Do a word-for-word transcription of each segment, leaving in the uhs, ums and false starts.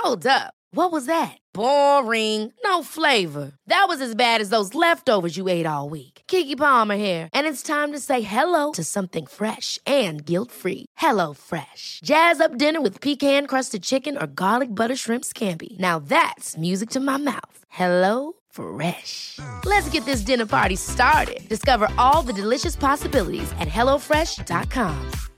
Hold up. What was that? Boring. No flavor. That was as bad as those leftovers you ate all week. Keke Palmer here, and it's time to say hello to something fresh and guilt-free. Hello Fresh. Jazz up dinner with pecan-crusted chicken or garlic butter shrimp scampi. Now that's music to my mouth. Hello Fresh. Let's get this dinner party started. Discover all the delicious possibilities at hello fresh dot com.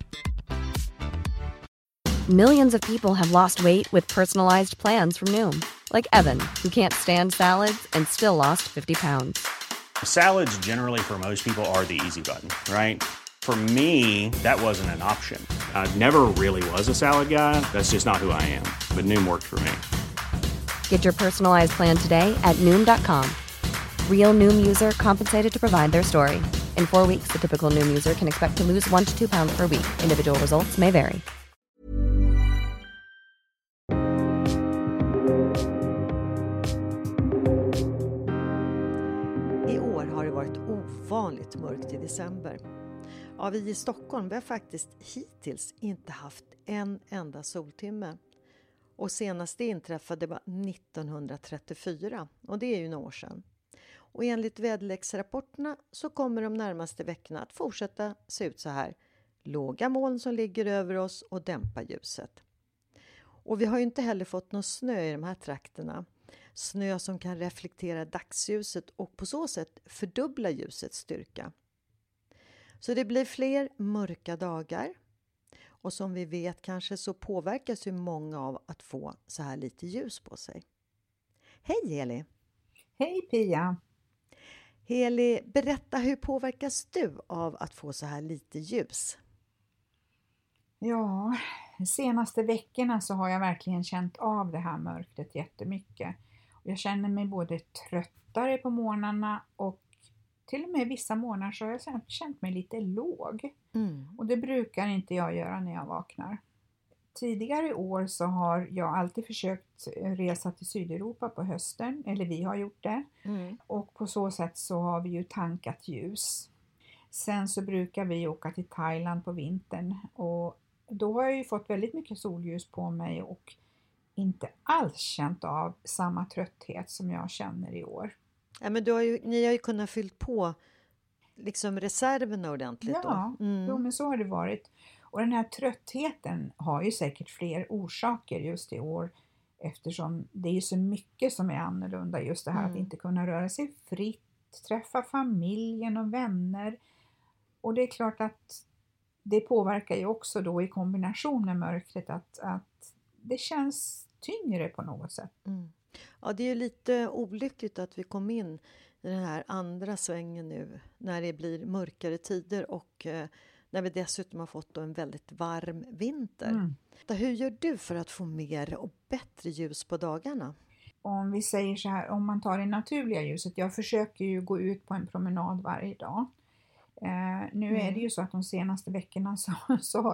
Millions of people have lost weight with personalized plans from Noom. Like Evan, who can't stand salads and still lost fifty pounds. Salads generally for most people are the easy button, right? For me, that wasn't an option. I never really was a salad guy. That's just not who I am. But Noom worked for me. Get your personalized plan today at Noom dot com. Real Noom user compensated to provide their story. In four weeks, the typical Noom user can expect to lose one to two pounds per week. Individual results may vary. I år har det varit ovanligt mörkt i december. Ja, vi i Stockholm vi har faktiskt hittills inte haft en enda soltimme. Och senast det inträffade var nittonhundratrettiofyra och det är ju några år sedan. Och enligt väderleksrapporterna så kommer de närmaste veckorna att fortsätta se ut så här. Låga moln som ligger över oss och dämpa ljuset. Och vi har ju inte heller fått någon snö i de här trakterna. Snö som kan reflektera dagsljuset och på så sätt fördubbla ljusets styrka. Så det blir fler mörka dagar. Och som vi vet kanske så påverkas ju många av att få så här lite ljus på sig. Hej Heli! Hej Pia! Heli, berätta hur påverkas du av att få så här lite ljus? Ja, de senaste veckorna så har jag verkligen känt av det här mörkret jättemycket. Jag känner mig både tröttare på morgnarna och till och med vissa morgnar så har jag känt mig lite låg. Mm. Och det brukar inte jag göra när jag vaknar. Tidigare år så har jag alltid försökt resa till Sydeuropa på hösten. Eller vi har gjort det. Mm. Och på så sätt så har vi ju tankat ljus. Sen så brukar vi åka till Thailand på vintern. Och då har jag ju fått väldigt mycket solljus på mig. Och inte alls känt av samma trötthet som jag känner i år. Ja, men du har ju, ni har ju kunnat fyllt på liksom reserverna ordentligt. Ja, då. Mm. Jo, men så har det varit. Och den här tröttheten har ju säkert fler orsaker just i år. Eftersom det är så mycket som är annorlunda. Just det här mm. att inte kunna röra sig fritt. Träffa familjen och vänner. Och det är klart att det påverkar ju också då i kombination med mörkret. Att, att det känns tyngre på något sätt. Mm. Ja, det är ju lite olyckligt att vi kom in i den här andra svängen nu. När det blir mörkare tider och eh, när vi dessutom har fått en väldigt varm vinter. Mm. Hur gör du för att få mer och bättre ljus på dagarna? Om vi säger så här, om man tar det naturliga ljuset. Jag försöker ju gå ut på en promenad varje dag. Uh, nu mm. är det ju så att de senaste veckorna så, så,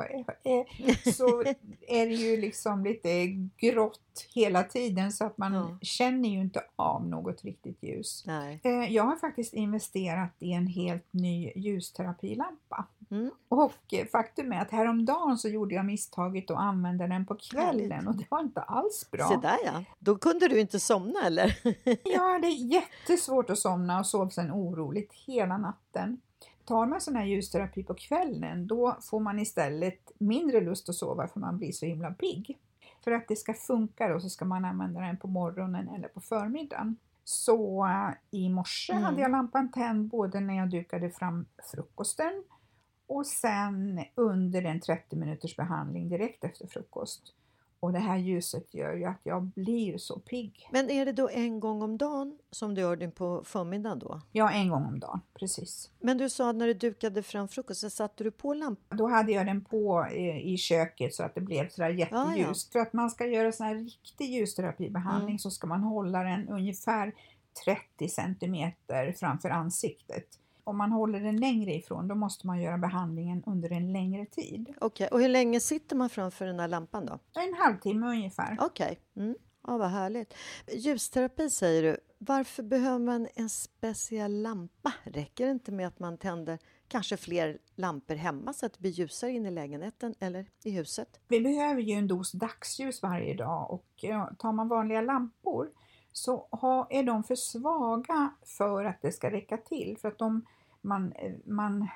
är, så är det ju liksom lite grått hela tiden så att man mm. känner ju inte av något riktigt ljus. Nej. Uh, jag har faktiskt investerat i en helt ny ljusterapilampa. Mm. Och faktum är att häromdagen så gjorde jag misstaget att använda den på kvällen och det var inte alls bra. Så där ja, då kunde du inte somna eller? Ja, det är jättesvårt att somna och sova sen oroligt hela natten. Tar man sån här ljusterapi på kvällen då får man istället mindre lust att sova för man blir så himla pigg. För att det ska funka då så ska man använda den på morgonen eller på förmiddagen. Så uh, i morse mm. hade jag lampan tänd både när jag dukade fram frukosten och sen under en trettio minuters behandling direkt efter frukost. Och det här ljuset gör ju att jag blir så pigg. Men är det då en gång om dagen som du gör den på förmiddagen då? Ja, en gång om dagen, precis. Men du sa att när du dukade fram frukost så satte du på lampan? Då hade jag den på i, i köket så att det blev sådär jätteljust. Ja, ja. För att man ska göra sån här riktig ljusterapibehandling mm. så ska man hålla den ungefär trettio centimeter framför ansiktet. Om man håller den längre ifrån då måste man göra behandlingen under en längre tid. Okej, okay. Och hur länge sitter man framför den här lampan då? En halvtimme ungefär. Okej, okay. mm. Ja, vad härligt. Ljusterapi säger du. Varför behöver man en speciell lampa? Räcker det inte med att man tänder kanske fler lampor hemma så att det blir ljusare in i lägenheten eller i huset? Vi behöver ju en dos dagsljus varje dag och ja, tar man vanliga lampor så har, är de för svaga för att det ska räcka till. För att de, man, man,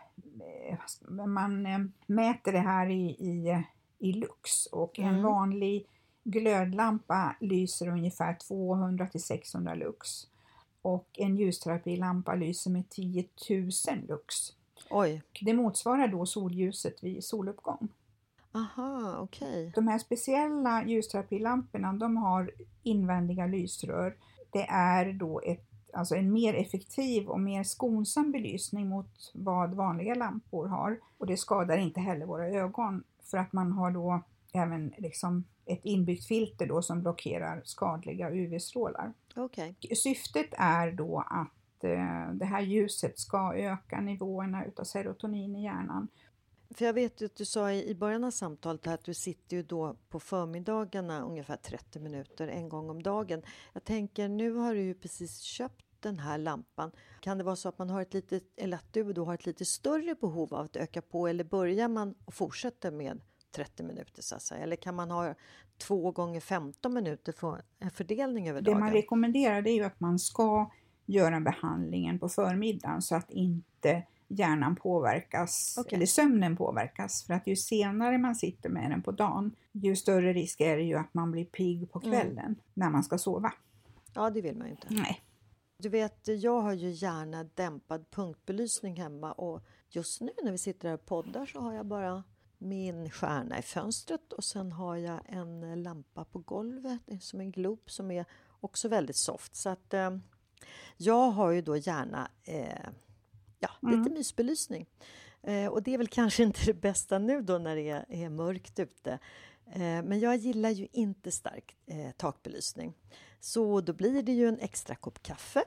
man mäter det här i, i, i lux och en Mm. vanlig glödlampa lyser ungefär tvåhundra till sexhundra lux. Och en ljusterapilampa lyser med tio tusen lux. Oj. Det motsvarar då solljuset vid soluppgång. Aha, okej. Okay. De här speciella ljusterapilamporna, de har invändiga lysrör. Det är då ett, alltså en mer effektiv och mer skonsam belysning mot vad vanliga lampor har. Och det skadar inte heller våra ögon för att man har då även liksom ett inbyggt filter då som blockerar skadliga U V-strålar. Okay. Syftet är då att eh, det här ljuset ska öka nivåerna utav serotonin i hjärnan. För jag vet att du sa i början av samtalet att du sitter ju då på förmiddagarna ungefär trettio minuter en gång om dagen. Jag tänker, nu har du ju precis köpt den här lampan. Kan det vara så att man har ett lite, eller att du då har ett lite större behov av att öka på, eller börjar man och fortsätter med trettio minuter så att säga? Eller kan man ha två gånger femton minuter för en fördelning över dagen? Det man rekommenderar är ju att man ska göra behandlingen på förmiddagen så att inte hjärnan påverkas, okay. eller sömnen påverkas. För att ju senare man sitter med den på dagen, ju större risk är det ju att man blir pigg på kvällen mm. när man ska sova. Ja, det vill man ju inte. Nej. Du vet, jag har ju gärna dämpad punktbelysning hemma, och just nu när vi sitter här och poddar så har jag bara min stjärna i fönstret och sen har jag en lampa på golvet som en glob som är också väldigt soft. Så att eh, jag har ju då gärna eh, ja, lite mm. mysbelysning. Eh, och det är väl kanske inte det bästa nu då när det är, är mörkt ute. Eh, men jag gillar ju inte stark eh, takbelysning. Så då blir det ju en extra kopp kaffe.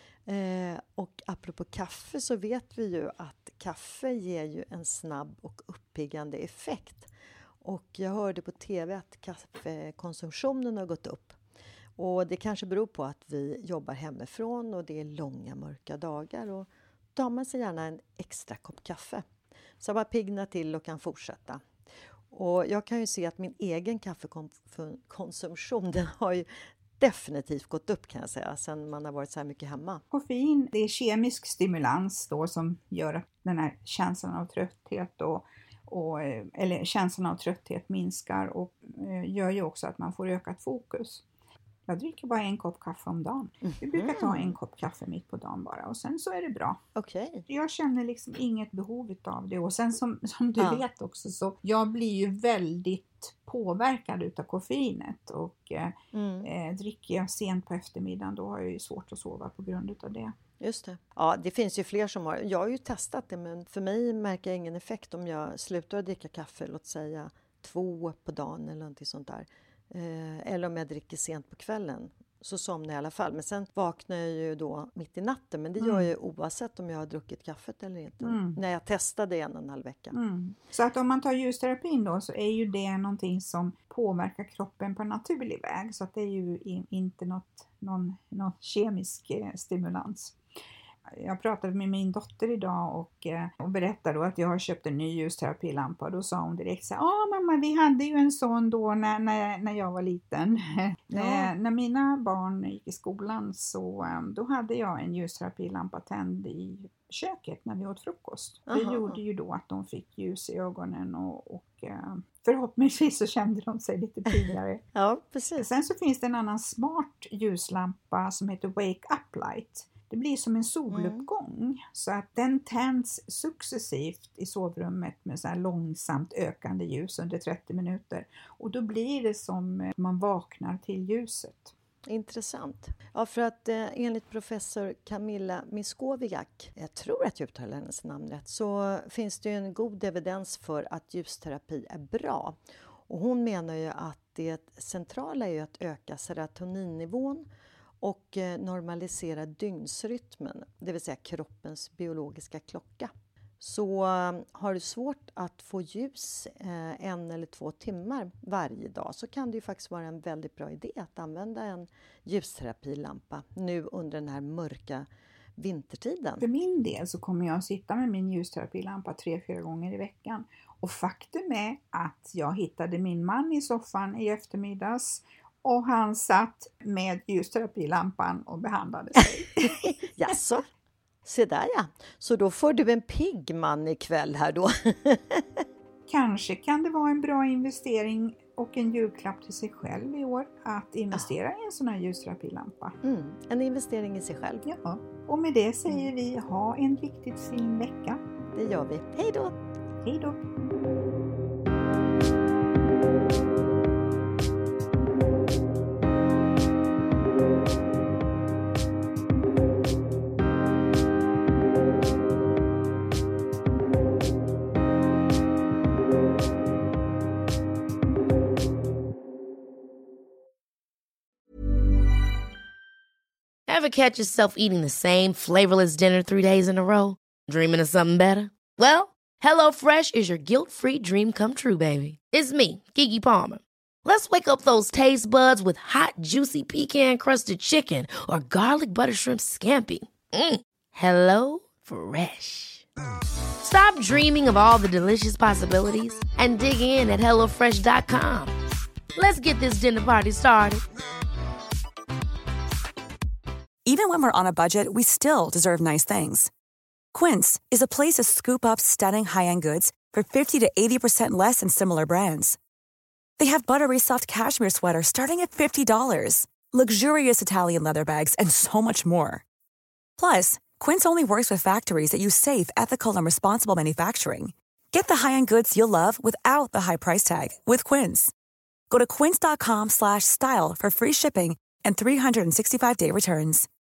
Eh, och apropå kaffe så vet vi ju att kaffe ger ju en snabb och uppiggande effekt. Och jag hörde på tv att kaffekonsumtionen har gått upp. Och det kanske beror på att vi jobbar hemifrån och det är långa mörka dagar. Och då tar man sig gärna en extra kopp kaffe. Så man piggnar till och kan fortsätta. Och jag kan ju se att min egen kaffekonsumtion, den har ju definitivt gått upp kan jag säga, sen man har varit så här mycket hemma. Koffein, det är kemisk stimulans då som gör att den här känslan av trötthet och, och, eller känslan av trötthet minskar och gör ju också att man får ökat fokus. Jag dricker bara en kopp kaffe om dagen. Vi brukar ta en kopp kaffe mitt på dagen bara och sen så är det bra. Okay. Jag känner liksom inget behov av det. Och sen som, som du ja. vet också så jag blir ju väldigt påverkad utav koffeinet. Och mm. eh, dricker jag sent på eftermiddagen då har jag ju svårt att sova på grund utav det. Just det. Ja, det finns ju fler som har. Jag har ju testat det men för mig märker jag ingen effekt om jag slutar dricka kaffe, låt säga två på dagen eller någonting sånt där. Eh, eller om jag dricker sent på kvällen så somnar jag i alla fall. Men sen vaknar jag ju då mitt i natten. Men det mm. gör jag ju oavsett om jag har druckit kaffet eller inte. Mm. När jag testade en och en halv vecka. Mm. Så att om man tar ljusterapin då så är ju det någonting som påverkar kroppen på naturlig väg. Så att det är ju inte något, någon, någon kemisk eh, stimulans. Jag pratade med min dotter idag och, och berättade då att jag har köpt en ny ljusterapilampa. Då sa hon direkt så här, ja mamma vi hade ju en sån då när, när, när jag var liten. Ja. när, när mina barn gick i skolan så då hade jag en ljusterapilampa tänd i köket när vi åt frukost. Aha. Det gjorde ju då att de fick ljus i ögonen och, och förhoppningsvis så kände de sig lite piggare. Ja, precis. Sen så finns det en annan smart ljuslampa som heter Wake Up Light. Det blir som en soluppgång mm. så att den tänds successivt i sovrummet med så här långsamt ökande ljus under trettio minuter. Och då blir det som man vaknar till ljuset. Intressant. Ja, för att eh, enligt professor Camilla Miskowiak, jag tror att jag uttalar hennes namn rätt, så finns det ju en god evidens för att ljusterapi är bra. Och hon menar ju att det centrala är ju att öka serotoninnivån och normalisera dygnsrytmen, det vill säga kroppens biologiska klocka. Så har du svårt att få ljus en eller två timmar varje dag så kan det ju faktiskt vara en väldigt bra idé att använda en ljusterapilampa nu under den här mörka vintertiden. För min del så kommer jag att sitta med min ljusterapilampa tre, fyra gånger i veckan. Och faktum är att jag hittade min man i soffan i eftermiddags och han satt med ljusterapilampan och behandlade sig. Jaså? Se där ja. Så då får du en pigg man ikväll här då. Kanske kan det vara en bra investering och en julklapp till sig själv i år att investera i en sån här ljusterapilampa. Mm, en investering i sig själv. Ja, och med det säger vi ha en riktigt fin vecka. Det gör vi. Hej då! Hej då! Ever catch yourself eating the same flavorless dinner three days in a row? Dreaming of something better? Well, HelloFresh is your guilt-free dream come true, baby. It's me, Keke Palmer. Let's wake up those taste buds with hot, juicy pecan-crusted chicken or garlic butter shrimp scampi. Mm. Hello Fresh. Stop dreaming of all the delicious possibilities and dig in at hello fresh dot com. Let's get this dinner party started. Even when we're on a budget, we still deserve nice things. Quince is a place to scoop up stunning high-end goods for fifty to eighty percent less than similar brands. They have buttery soft cashmere sweaters starting at fifty dollars, luxurious Italian leather bags, and so much more. Plus, Quince only works with factories that use safe, ethical, and responsible manufacturing. Get the high-end goods you'll love without the high price tag with Quince. Go to quince dot com slash style for free shipping and three hundred sixty-five day returns.